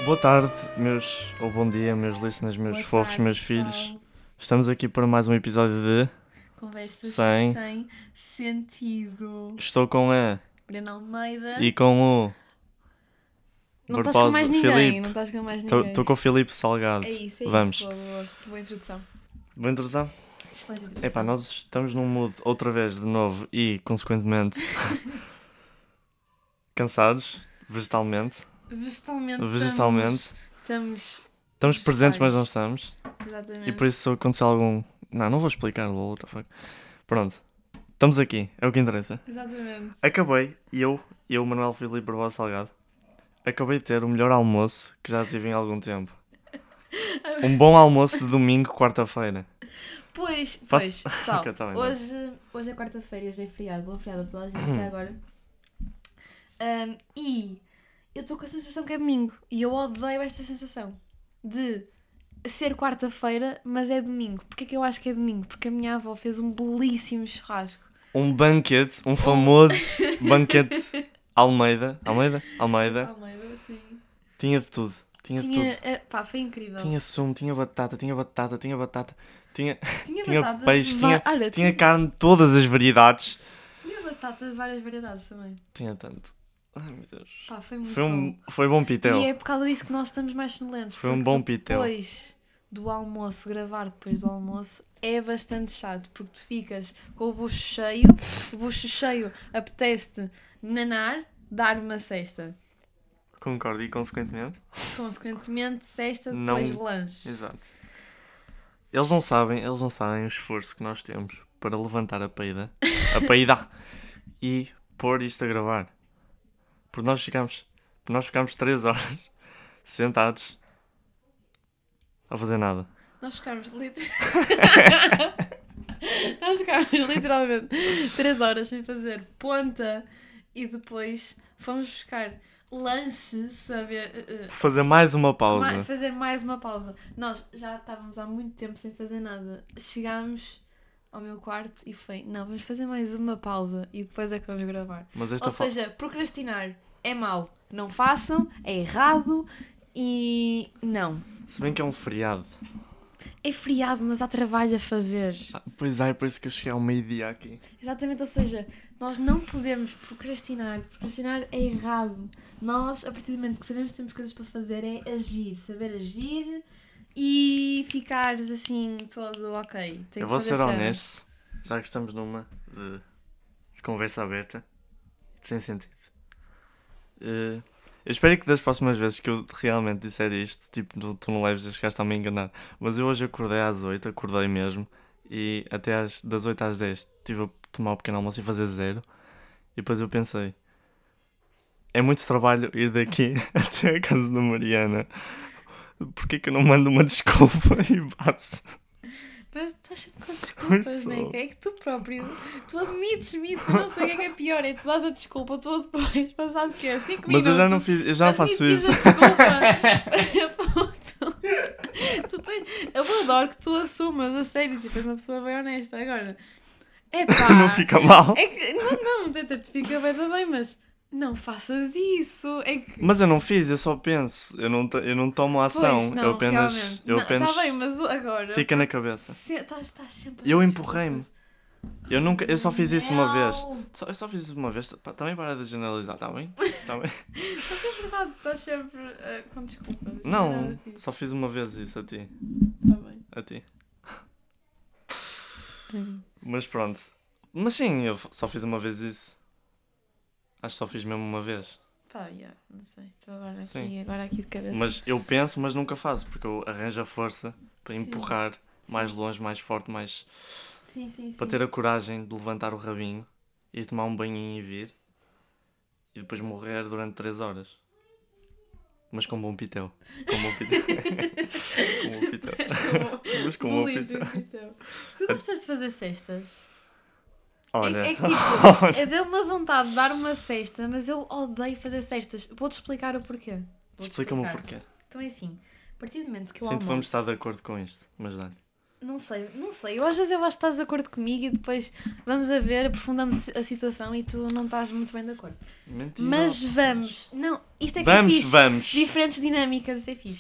Boa tarde, ou bom dia, meus listeners, meus Boa fofos, tarde, meus pessoal. filhos. Estamos aqui para mais um episódio de Conversas Sem. sem sentido. Estou com a Breno Almeida. e com o Não estás com mais ninguém. Filipe. Não estás com mais ninguém. Estou com o Filipe Salgado. É isso. Vamos. Boa introdução. Boa introdução? Excelente introdução. Epá, nós estamos num mood outra vez de novo e, consequentemente, cansados, vegetalmente. Vegetalmente. Estamos presentes, mas não estamos. Exatamente. E por isso, se acontecer algum... Não vou explicar, lol, what the fuck. Pronto. Estamos aqui, é o que interessa. Exatamente. Acabei, eu, Manuel Filipe Barbosa Salgado, acabei de ter o melhor almoço que já tive em algum tempo. Um bom almoço de domingo, quarta-feira. Pois, Faço- pessoal, Ok, tá bem, hoje é quarta-feira, hoje é feriado, bom feriado a toda a gente, já agora. E eu estou com a sensação que é domingo, e eu odeio esta sensação de ser quarta-feira, mas é domingo. Porquê que eu acho que é domingo? Porque a minha avó fez um belíssimo churrasco. Um banquete, um famoso banquete Almeida, Almeida, sim. tinha de tudo, tinha de tudo. Pá, foi incrível. Tinha sumo, tinha batata, tinha batatas, peixe, olha, tinha carne de todas as variedades. Tinha batatas de várias variedades também. Tinha tanto. Ai meu Deus. Pá, foi muito bom. Foi bom pitel. E é por causa disso que nós estamos mais sonolentos. Foi um bom pitel. Depois do almoço, gravar depois do almoço, é bastante chato, porque tu ficas com o bucho cheio apetece-te nanar, dar uma cesta. Concordo, e Consequentemente, cesta, depois lanche. Exato. Eles não sabem o esforço que nós temos para levantar a peida e pôr isto a gravar. Porque nós ficámos 3 horas sentados a fazer nada. Nós ficámos literalmente 3 horas sem fazer ponta e depois fomos buscar lanche, sabe? Fazer mais uma pausa. Fazer mais uma pausa. Nós já estávamos há muito tempo sem fazer nada. Chegámos ao meu quarto e foi, não, vamos fazer mais uma pausa e depois é que vamos gravar. Ou seja, procrastinar é mau. Não façam, é errado e não. Se bem que é um feriado. É feriado, mas há trabalho a fazer. Pois é, por isso que eu cheguei ao meio-dia aqui. Exatamente, ou seja, nós não podemos procrastinar. Procrastinar é errado. Nós, a partir do momento que sabemos que temos coisas para fazer, é agir. Saber agir e ficares assim, todo ok. Eu vou ser honesto, já que estamos numa de conversa aberta e de sem sentido. Eu espero que das próximas vezes que eu realmente disser isto, tipo, tu não leves este gajo a me enganar. Mas eu hoje acordei às 8, acordei mesmo, e até das 8 às 10 estive a tomar um pequeno almoço e fazer 0. E depois eu pensei, é muito trabalho ir daqui até a casa da Mariana. Porquê que eu não mando uma desculpa e passo? Mas estás sempre com desculpas, não é? É que tu próprio, tu admites-me isso, eu não sei o que é pior, é tu dás a desculpa, tu depois, passado o quê? 5 minutos. Mas eu já não faço isso. A desculpa. Eu adoro que tu assumas, a sério, tipo, és uma pessoa bem honesta. Agora, pá. Não fica mal. É que, não, tenta te fica bem, mas não faças isso. É que... Mas eu não fiz, eu só penso. Eu não tomo ação. Pois, não, eu apenas. Está bem, mas agora. Fica na cabeça. Estás sempre. Eu empurrei-me. Eu só fiz isso uma vez. Não. Eu só fiz isso uma vez. Também para de generalizar, está bem? Tá bem? Mas é verdade, estás sempre com desculpas. Não, só fiz uma vez isso a ti. Está bem. A ti. Mas pronto. Mas sim, eu só fiz uma vez isso. Acho que só fiz mesmo uma vez. Pá, não sei. Estou agora aqui de cabeça. Mas eu penso, mas nunca faço. Porque eu arranjo a força para Sim. empurrar mais longe, mais forte, mais... Sim. Para ter a coragem de levantar o rabinho e tomar um banhinho e vir. E depois morrer durante 3 horas. Mas com bom pitel. Com bom pitel. Mas com bom pitel. Tu gostas de fazer cestas? Olha. É que tipo, eu dei uma vontade de dar uma cesta, mas eu odeio fazer cestas. Vou-te explicar o porquê. Explica-me o porquê. Então é assim, a partir do momento que eu Sinto que vamos almoço... estar de acordo com isto, mas dá-lhe. Não sei. Eu às vezes eu acho que estás de acordo comigo e depois vamos a ver, aprofundamos a situação e tu não estás muito bem de acordo. Mentira. Mas vamos. Não, isto é que é fixe. Vamos. Diferentes dinâmicas, isso é fixe.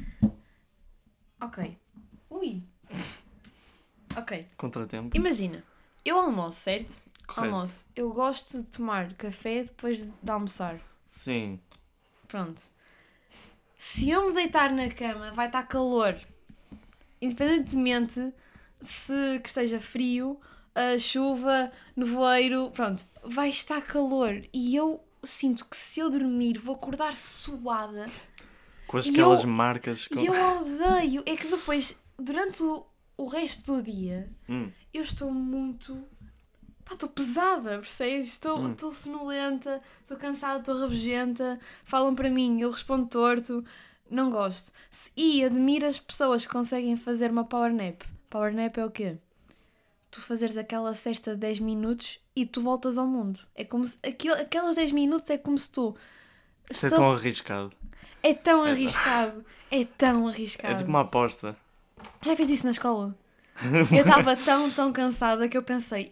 Ok. Ui. Ok. Contratempo. Imagina, eu almoço, certo? Correto. Almoço. Eu gosto de tomar café depois de almoçar. Sim. Pronto. Se eu me deitar na cama, vai estar calor. Independentemente se que esteja frio, chuva, nevoeiro, pronto, vai estar calor. E eu sinto que se eu dormir vou acordar suada. Com aquelas marcas. E eu odeio. É que depois, durante o resto do dia, eu estou muito... estou pesada, percebes? Estou sonolenta, estou cansada, estou rabugenta. Falam para mim, eu respondo torto. Não gosto. E admiro as pessoas que conseguem fazer uma power nap. Power nap é o quê? Tu fazeres aquela cesta de 10 minutos e tu voltas ao mundo. É como se... aqueles 10 minutos é como se tu... Isso é tão arriscado. É tão arriscado. É tão arriscado. É tipo uma aposta. Já fiz isso na escola. Eu estava tão cansada que eu pensei,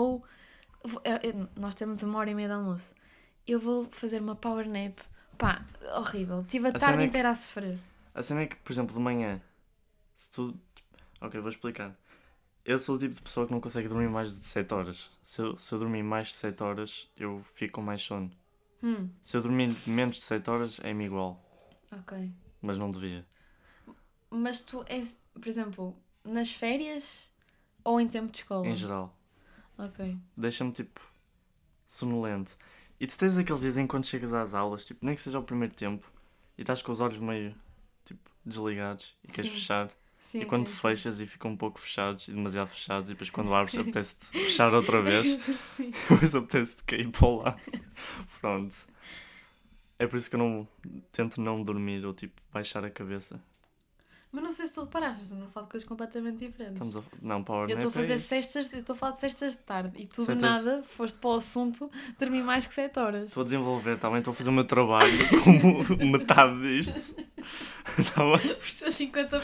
nós temos 1h30 de almoço. Eu vou fazer uma power nap. Pá, horrível. Tive a tarde inteira a sofrer. A cena é que, por exemplo, de manhã, se tu... Ok, vou explicar. Eu sou o tipo de pessoa que não consegue dormir mais de 7 horas. Se eu dormir mais de 7 horas, eu fico com mais sono. Se eu dormir menos de 7 horas, é-me igual. Ok. Mas não devia. Mas tu és, por exemplo, nas férias ou em tempo de escola? Em geral. Ok. Deixa-me, tipo, sonolento. E tu tens aqueles dias em que quando chegas às aulas, tipo, nem que seja o primeiro tempo, e estás com os olhos meio, tipo, desligados e queres fechar. Sim, e quando te fechas e ficam um pouco fechados, e demasiado fechados, e depois quando abres apetece-te fechar outra vez. E depois apetece-te cair para o lado. Pronto. É por isso que eu tento não dormir ou, tipo, baixar a cabeça. Mas não sei se tu reparaste, estamos a falar de coisas completamente diferentes. Não, power nap. Eu estou a fazer cestas, eu estou a falar de cestas de tarde e tu de nada foste para o assunto dormir mais que 7 horas. Estou a desenvolver, também estou a fazer o meu trabalho como metade disto. Tá bem? Os teus 50%.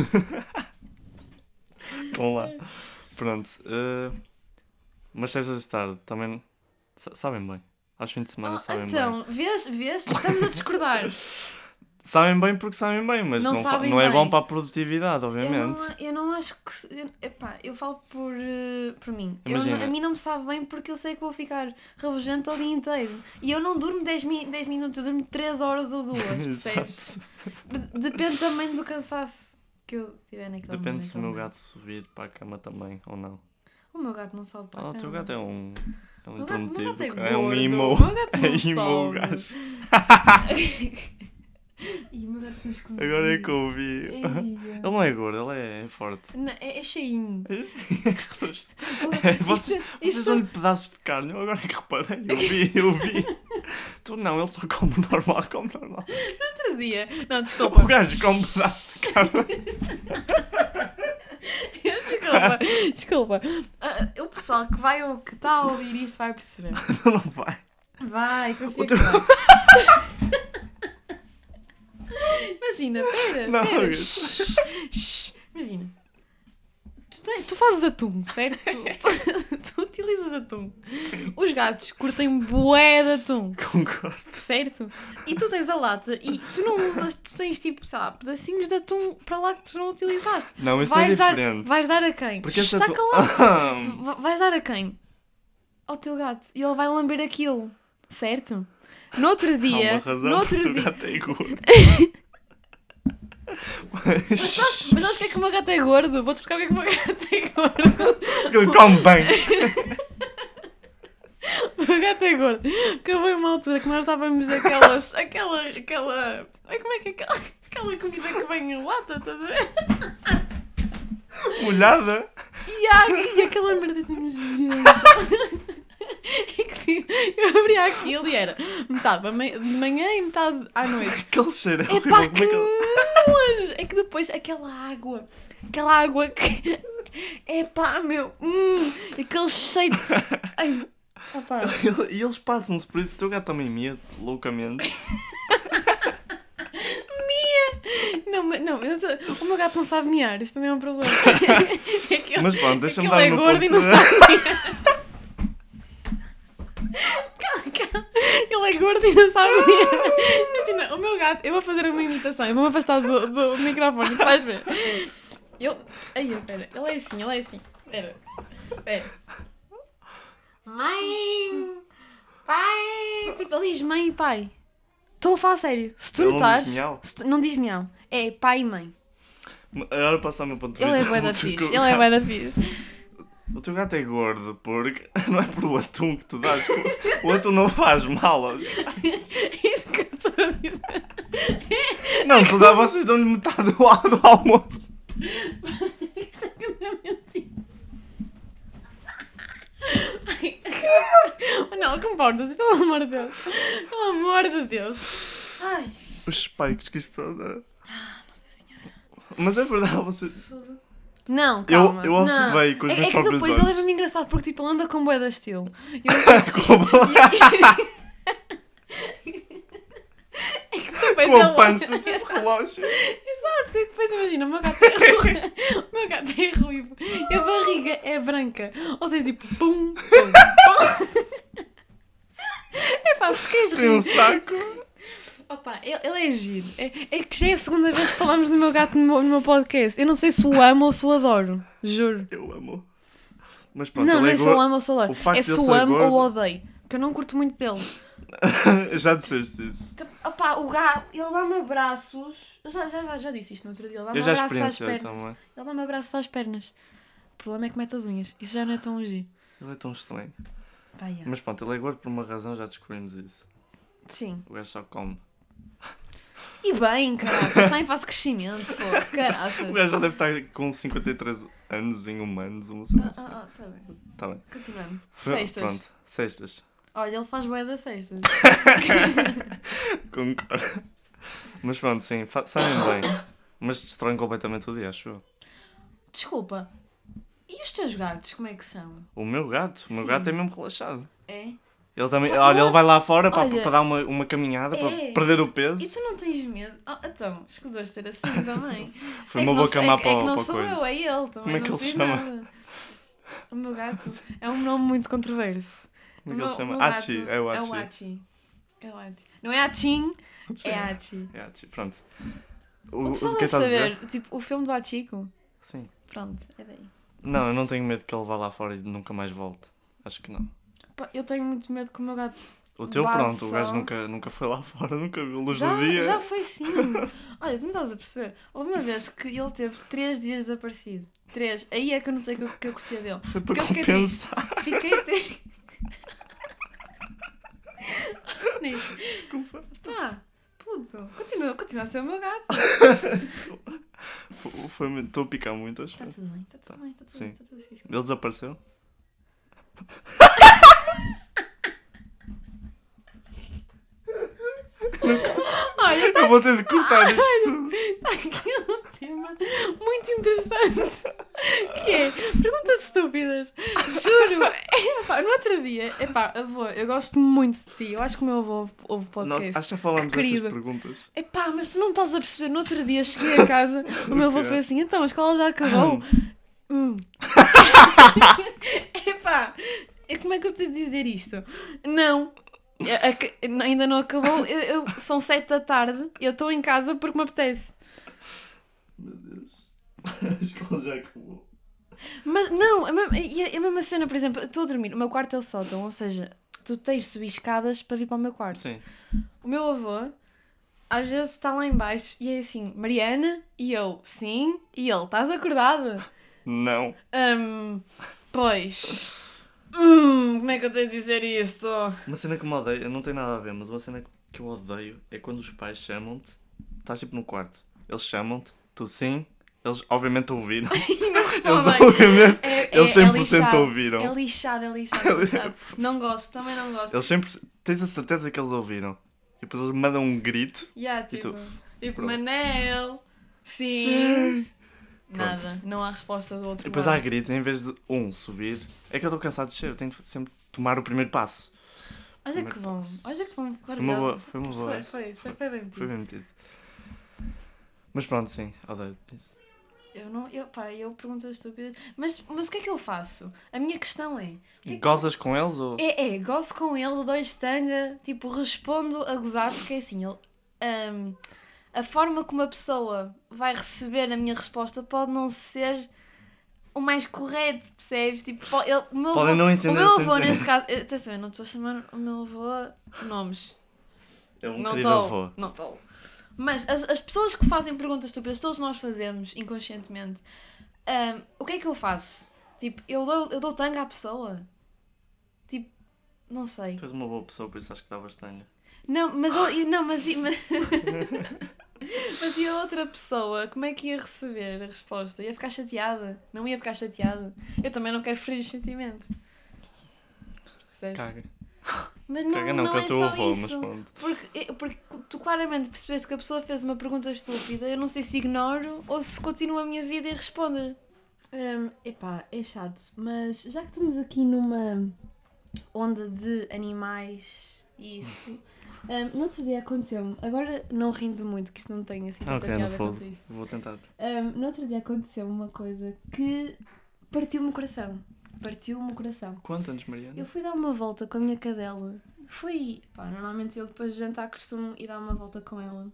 Vamos lá. Pronto. Mas cestas de tarde também sabem bem. Aos fins de semana sabem bem. Então, vês? Estamos a discordar. Sabem bem porque sabem bem, mas não é bom para a produtividade, obviamente. Eu não acho que... eu falo por mim. Imagina. A mim não me sabe bem porque eu sei que vou ficar rabugento o dia inteiro. E eu não durmo 10 minutos, eu durmo 3 horas ou 2, percebes? Depende também do cansaço que eu tiver naquele momento. Depende se o meu gato subir para a cama também ou não. O meu gato não sobe para a cama. O teu gato é um intrometido. É um emo. O meu gato não sobe. O gajo. E o meu gato esquisito. Agora é que eu ouvi. Ele não é gordo, ele é forte. Não, é cheinho. Vocês dão-lhe pedaços de carne. Eu agora é que reparei. Eu vi. Tu não, ele só come normal. No outro dia. Não, desculpa. O gajo come pedaços de carne. Desculpa. O pessoal que está a ouvir isso vai perceber. Não vai. Vai, confia que Imagina, pera. Imagina. Tu fazes atum, certo? Tu utilizas atum. Os gatos curtem bué de atum. Concordo. Certo? E tu tens a lata e tu não usas, tu tens tipo, sei lá, pedacinhos de atum para lá que tu não utilizaste. Não, isso é diferente. Vais dar a quem? Porque está calado. Vais dar a quem? Ao teu gato. E ele vai lamber aquilo. Certo? No outro dia... Há uma razão porque o teu gato é gordo. Mas sabes o que é que o meu gato é gordo? Vou-te buscar o que é que o meu gato é gordo. Porque ele come bem. O meu gato é gordo. Porque eu vou a uma altura que nós estávamos aquela... Como é que é aquela comida que vem em lata, estás a ver? Molhada? E aquela merda de nojenta. É que eu abria aquilo e era metade de manhã e metade à noite. Aquele cheiro é horrível. Epá, que nojo! É que depois aquela água que... Epá, meu... aquele cheiro... Ai, opá. E eles passam-se por isso. O teu gato também mia loucamente. Mia! Não, o meu gato não sabe miar, isso também é um problema. Mas pronto, deixa-me dar uma uma gordo e não sabe miar. Ele é gordo e não sabe miar. Imagina, o meu gato, eu vou fazer uma imitação, eu vou-me afastar do microfone, tu vais ver. Espera, ele é assim. Espera. Mãe! Pai! Tipo, ele diz mãe e pai. Estou a falar sério. Se tu notares... Não diz miau. É pai e mãe. Agora passar o meu ponto de vista. Ele é bué da fixe. O teu gato é gordo porque não é por o atum que tu dás. O atum não faz mal aos gatos. Isso que eu estou a dizer. Não, vocês dão-lhe metade do almoço. Isto é que não é mentira. Não, comporta-se, pelo amor de Deus. Pelo amor de Deus. Ai. Os spikes que isto está a dar. Nossa Senhora. Mas é verdade, vocês... Não, calma. Eu observei com os meus próprios olhos. É que depois ele é-me engraçado porque tipo, ele anda com bué de estilo. Com a pança, tipo relógio. Exato, e depois imagina, o meu gato é ruivo e a barriga é branca. Ou seja, tipo, pum, pum, pum. É pá, se queres rir. Tem um saco. Opa, ele é giro. É que já é a segunda vez que falamos do meu gato no meu podcast. Eu não sei se o amo ou se o adoro. Juro. Eu amo. Mas pronto, não, ele é se o amo ou se o adoro. É se o amo gordo... ou o odeio. Porque eu não curto muito dele. Já disseste isso. Opa, o gato, ele dá-me abraços. Já disse isto no outro dia. Ele dá-me abraços às pernas. Também. Ele dá-me abraços às pernas. O problema é que mete as unhas. Isso já não é tão giro. Ele é tão estranho. Pá, yeah. Mas pronto, ele é gordo por uma razão, já descobrimos isso. Sim. O gajo só come. E bem, caraças, está em fase de crescimento, pô, caraças. O gajo já deve estar com 53 anos em humanos, uma cena assim. Tá bem. Tá bem. Continuando. Sextas. Pronto, sextas. Olha, ele faz bué das sextas. Concordo. Mas pronto, sim, sabem bem. Mas destroem completamente o dia, acho eu. Desculpa, e os teus gatos, como é que são? O meu gato? O meu gato é mesmo relaxado. É? Ele também, ele vai lá fora para dar uma caminhada, para perder o peso. E tu não tens medo? Então, escusas ter assim também. Foi uma boa cama para a coisa. É que não sou coisa. eu, é ele também. Como é que ele se chama? Nada. O meu gato é um nome muito controverso. Como é que ele se chama? Achi, é o Achi. É o Achi. Não é Achin, é Achi. É Achi, pronto. O pessoal deve saber, tipo, o filme do Hachiko. Sim. Pronto, é daí. Não, eu não tenho medo que ele vá lá fora e nunca mais volte. Acho que não. Pá, eu tenho muito medo que o meu gato... O teu, pronto, o gajo nunca foi lá fora, nunca viu luz do dia. Já foi sim. Olha, tu me estás a perceber? Houve uma vez que ele teve 3 dias desaparecido. 3. Aí é que eu notei que eu curtia dele. Foi para compensar. Fiquei triste. Desculpa. Pá, puto. Continua a ser o meu gato. Estou a picar muito, acho. Está tudo bem, está tudo fixe. Ele desapareceu? Olha, eu vou ter de cortar isto tudo. Está aqui um tema muito interessante. Que é perguntas estúpidas. Juro. No outro dia, avô, eu gosto muito de ti. Eu acho que o meu avô ouve podcast. Nossa, acho que falamos dessas perguntas. Mas tu não estás a perceber. No outro dia cheguei a casa, o meu avô foi assim: então a escola já acabou. Como é que eu tenho de dizer isto? Não. Ainda não acabou. São 7 da tarde. Eu estou em casa porque me apetece. Meu Deus. A escola já acabou. Mas não, a mesma cena, por exemplo, estou a dormir. O meu quarto é o sótão, ou seja, tu tens de subir escadas para vir para o meu quarto. Sim. O meu avô às vezes está lá em baixo e é assim: Mariana, e eu, sim, e ele, estás acordada? Não. Pois. Como é que eu tenho de dizer isto? Uma cena que me odeio, não tem nada a ver, mas uma cena que eu odeio é quando os pais chamam-te, estás tipo no quarto, eles chamam-te, tu sim, eles obviamente ouviram. E não respondem. Eles obviamente, eles 100% ouviram. É lixado. Não gosto, também não gosto. Eles sempre, tens a certeza que eles ouviram. E depois eles mandam um grito. Tipo Manel, sim. Nada, não há resposta do outro e depois lado. Há gritos, em vez de subir. É que eu estou cansado de descer, eu tenho de sempre tomar o primeiro passo. Olha que bom. Foi uma boa. Foi bem metido. Foi bem metido. Mas pronto, sim, odeio isso. Eu pergunto estúpidas. Mas o que é que eu faço? A minha questão é... Gozas com eles ou... gozo com eles, dou estanga, tipo, respondo a gozar, porque é assim, a forma como a pessoa vai receber a minha resposta pode não ser o mais correto, percebes? Tipo, Podem não entender. O meu avô, neste caso... Eu não estou a chamar o meu avô nomes. É um querido avô. Não estou. Mas as pessoas que fazem perguntas estúpidas, todos nós fazemos inconscientemente. O que é que eu faço? Tipo, eu dou tanga à pessoa? Tipo, não sei. Tu és uma boa pessoa, por isso acho que davas tanga. Não, mas e a outra pessoa? Como é que ia receber a resposta? Ia ficar chateada? Não ia ficar chateada? Eu também não quero ferir os sentimentos. Percebes? Caga. Mas não, Caga não, não que é eu só avô, isso. mas pronto. Porque tu claramente percebeste que a pessoa fez uma pergunta estúpida. Eu não sei se ignoro ou se continuo a minha vida e respondo. É chato. Mas já que estamos aqui numa onda de animais e isso... no outro dia aconteceu-me... Agora não rindo muito, que isto não tem assim tanta piada quanto isso. Vou tentar. No outro dia aconteceu-me uma coisa que partiu-me o coração. Quantos anos, Mariana? Eu fui dar uma volta com a minha cadela. Normalmente eu depois de jantar costumo ir dar uma volta com ela.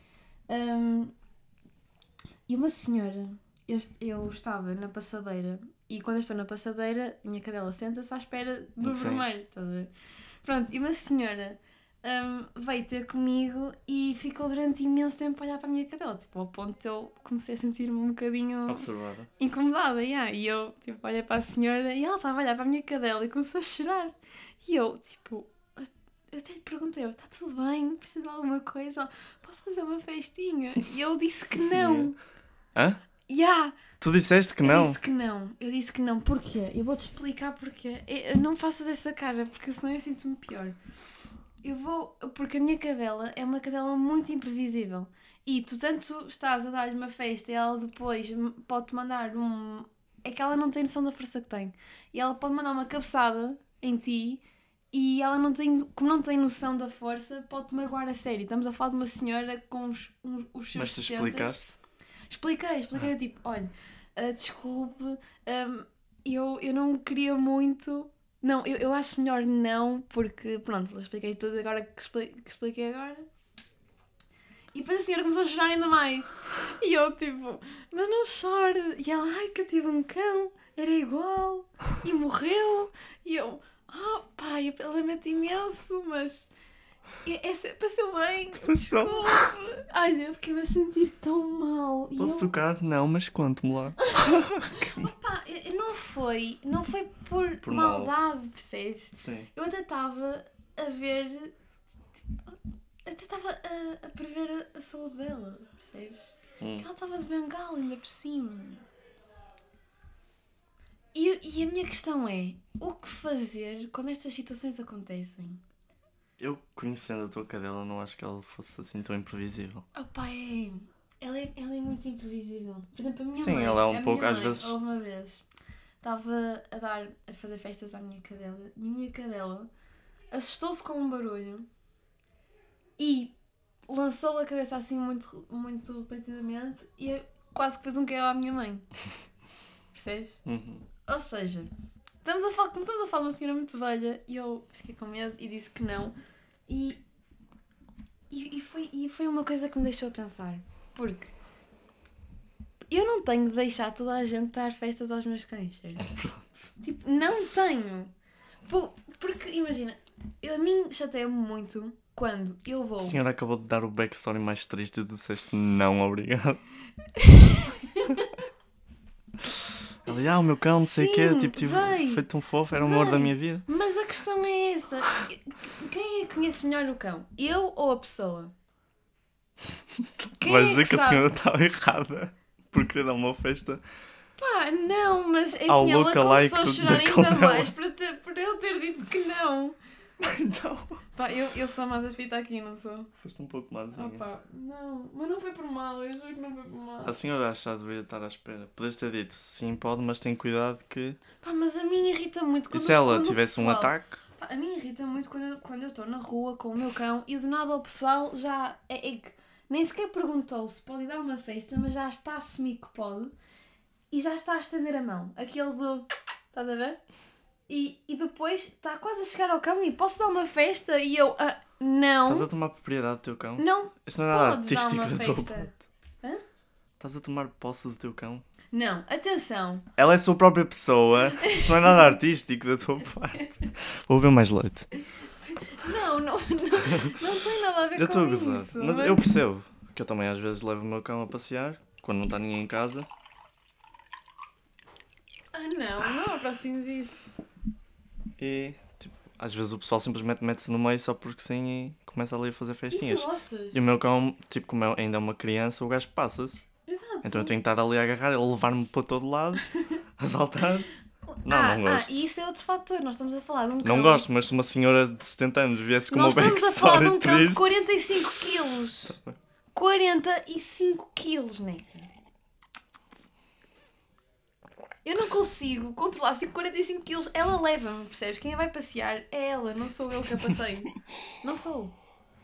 E uma senhora, eu estava na passadeira e quando eu estou na passadeira, a minha cadela senta-se à espera do vermelho, estás a ver? Pronto, e uma senhora veio ter comigo e ficou durante imenso tempo a olhar para a minha cadela, tipo, ao ponto de eu comecei a sentir-me um bocadinho observada, incomodada, e eu, tipo, olhei para a senhora e ela estava a olhar para a minha cadela e começou a chorar, e eu, tipo, até lhe perguntei, está tudo bem? Precisa de alguma coisa? Posso fazer uma festinha? E eu disse que não. Hã? Tu disseste que não? Eu disse que não, porquê? Eu vou-te explicar porquê. Não faças essa cara, porque senão eu sinto-me pior. Porque a minha cadela é uma cadela muito imprevisível. E tu tanto estás a dar-lhe uma festa e ela depois pode-te mandar É que ela não tem noção da força que tem. E ela pode mandar uma cabeçada em ti e ela como não tem noção da força, pode-te magoar a sério. Estamos a falar de uma senhora com os seus Mas tu 70. explicaste? Expliquei. Eu tipo, olha, desculpe, eu não queria muito... Não, eu acho melhor não, porque, pronto, expliquei tudo agora que expliquei agora. E depois a senhora começou a chorar ainda mais. E eu, tipo, mas não chore. E ela, ai, que eu tive um cão, era igual, e morreu. E eu, pai, eu lamento imenso, mas é sempre a seu bem, desculpe. Olha, eu fiquei-me a sentir tão mal. Posso tocar? Não, mas conte-me lá. Não foi por maldade, percebes? Sim. Eu até estava a ver... Até estava a prever a saúde dela, percebes? Que ela estava de bengala ainda por cima. E a minha questão é, o que fazer quando estas situações acontecem? Eu, conhecendo a tua cadela, não acho que ela fosse assim tão imprevisível. Ela é muito imprevisível. Por exemplo, a minha mãe... Sim, ela é um pouco, às vezes... Houve uma vez, estava a fazer festas à minha cadela e a minha cadela assustou-se com um barulho e lançou a cabeça assim muito, muito repetidamente e quase que fez um KO à minha mãe. Percebes? Uhum. Ou seja, estamos a falar de uma senhora muito velha e eu fiquei com medo e disse que não. E foi uma coisa que me deixou a pensar. Porque eu não tenho de deixar toda a gente dar festas aos meus cães, sério. Tipo, não tenho. Porque, imagina, a mim chateia-me muito quando eu vou... A senhora acabou de dar o backstory mais triste e tu disseste não, obrigado. Ela, o meu cão, não sei o quê, tipo, foi tão fofo, era o amor da minha vida. Mas a questão é essa. Quem é que conhece melhor o cão? Eu ou a pessoa? Vais dizer que a senhora estava errada por querer dar uma festa. Não, mas assim, ela começou a chorar ainda mais por eu ter dito que não. Então... eu sou má da fita aqui, não sou? Foste um pouco mázinha. Não, mas não foi por mal, eu juro que não foi por mal. A senhora acha que deveria estar à espera. Podias ter dito, sim, pode, mas tem cuidado que... mas a mim irrita muito quando... E se ela tivesse um ataque? A mim irrita muito quando eu estou na rua com o meu cão e do nada o pessoal já... É que Nem sequer perguntou se pode ir dar uma festa, mas já está a assumir que pode e já está a estender a mão. Aquele do... Estás a ver? E depois está quase a chegar ao cão e posso dar uma festa? E eu... não. Estás a tomar propriedade do teu cão? Não. Isso não é nada Podes dar artístico uma da tua festa. parte. Hã? Estás a tomar posse do teu cão? Não, atenção. Ela é a sua própria pessoa. Isso não é nada artístico da tua parte. Vou beber mais leite. Não tem nada a ver Eu com estou a isso. gozar. Mas eu percebo que eu também às vezes levo o meu cão a passear quando não está ninguém em casa. Não aproximes isso. E tipo, às vezes o pessoal simplesmente mete-se no meio só porque sim e começa ali a fazer festinhas. E tu gostas? E o meu cão, tipo, como ainda é uma criança, o gajo passa-se. Exato. Então eu tenho que estar ali a agarrar, ele levar-me para todo lado, a saltar. Não gosto. E isso é outro fator. Nós estamos a falar de um cão. Não gosto, mas se uma senhora de 70 anos viesse com uma Nós backstory estamos a falar de um cão de triste... 45 quilos. 45 quilos, nega. Eu não consigo controlar. Se 45 quilos, ela leva-me, percebes? Quem vai passear é ela, não sou eu que a passeio. Não sou.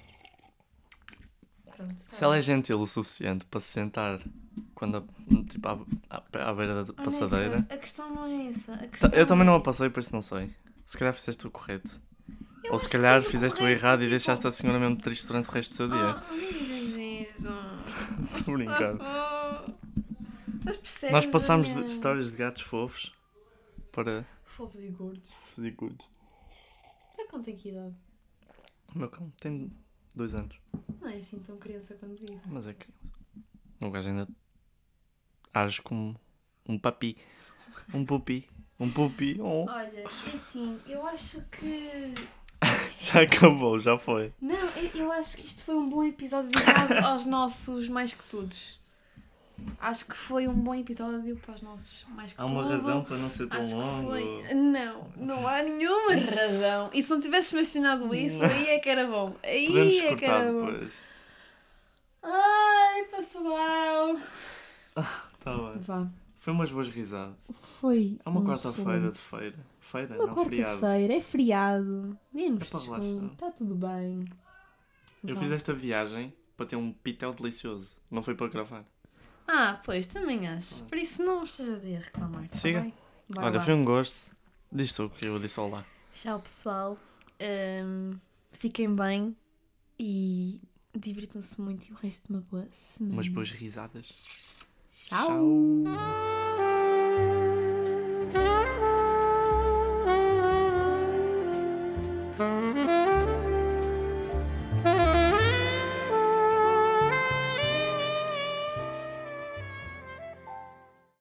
Pronto, Se ela é gentil o suficiente para se sentar quando, tipo, à beira da passadeira... A questão não é essa. Eu também não a passei, por isso não sei. Se calhar fizeste o correto. Ou se calhar fizeste o errado e deixaste a senhora mesmo triste durante o resto do seu dia. Estou a brincar. Mas percebes? Nós passámos de histórias de gatos fofos para... Fofos e gordos. Fazer good. Até quanto tem que idade? O meu cão tem 2 anos. Não é assim tão criança quanto isso. Mas é criança. O gajo ainda age como um papi. Um pupi. Um pupi. Oh. Olha, é assim, eu acho que... Já acabou, já foi. Não, eu acho que isto foi um bom episódio dedicado aos nossos mais que todos. Acho que foi um bom episódio para os nossos mais que todos. Há uma razão para não ser tão Acho longo? que foi... Não há nenhuma razão. E se não tivesses mencionado isso, aí é que era bom. Aí Podemos é que cortar era bom. depois. Ai, pessoal. Tá bem. Vá. Foi umas boas risadas. Foi. É uma quarta-feira de feira. Feira, não feriado. quarta-feira, é feriado. Nem É para relaxar. está tudo bem. Eu fiz esta viagem para ter um pitel delicioso. Não foi para gravar. Pois, também acho. Por isso não estejas aí a reclamar. Tá Siga. bem? Bora Olha, lá. foi um gosto. Diz tu que eu disse olá. Tchau, pessoal. Fiquem bem e divirtam-se muito e o resto de uma boa semana. Umas boas risadas. Tchau.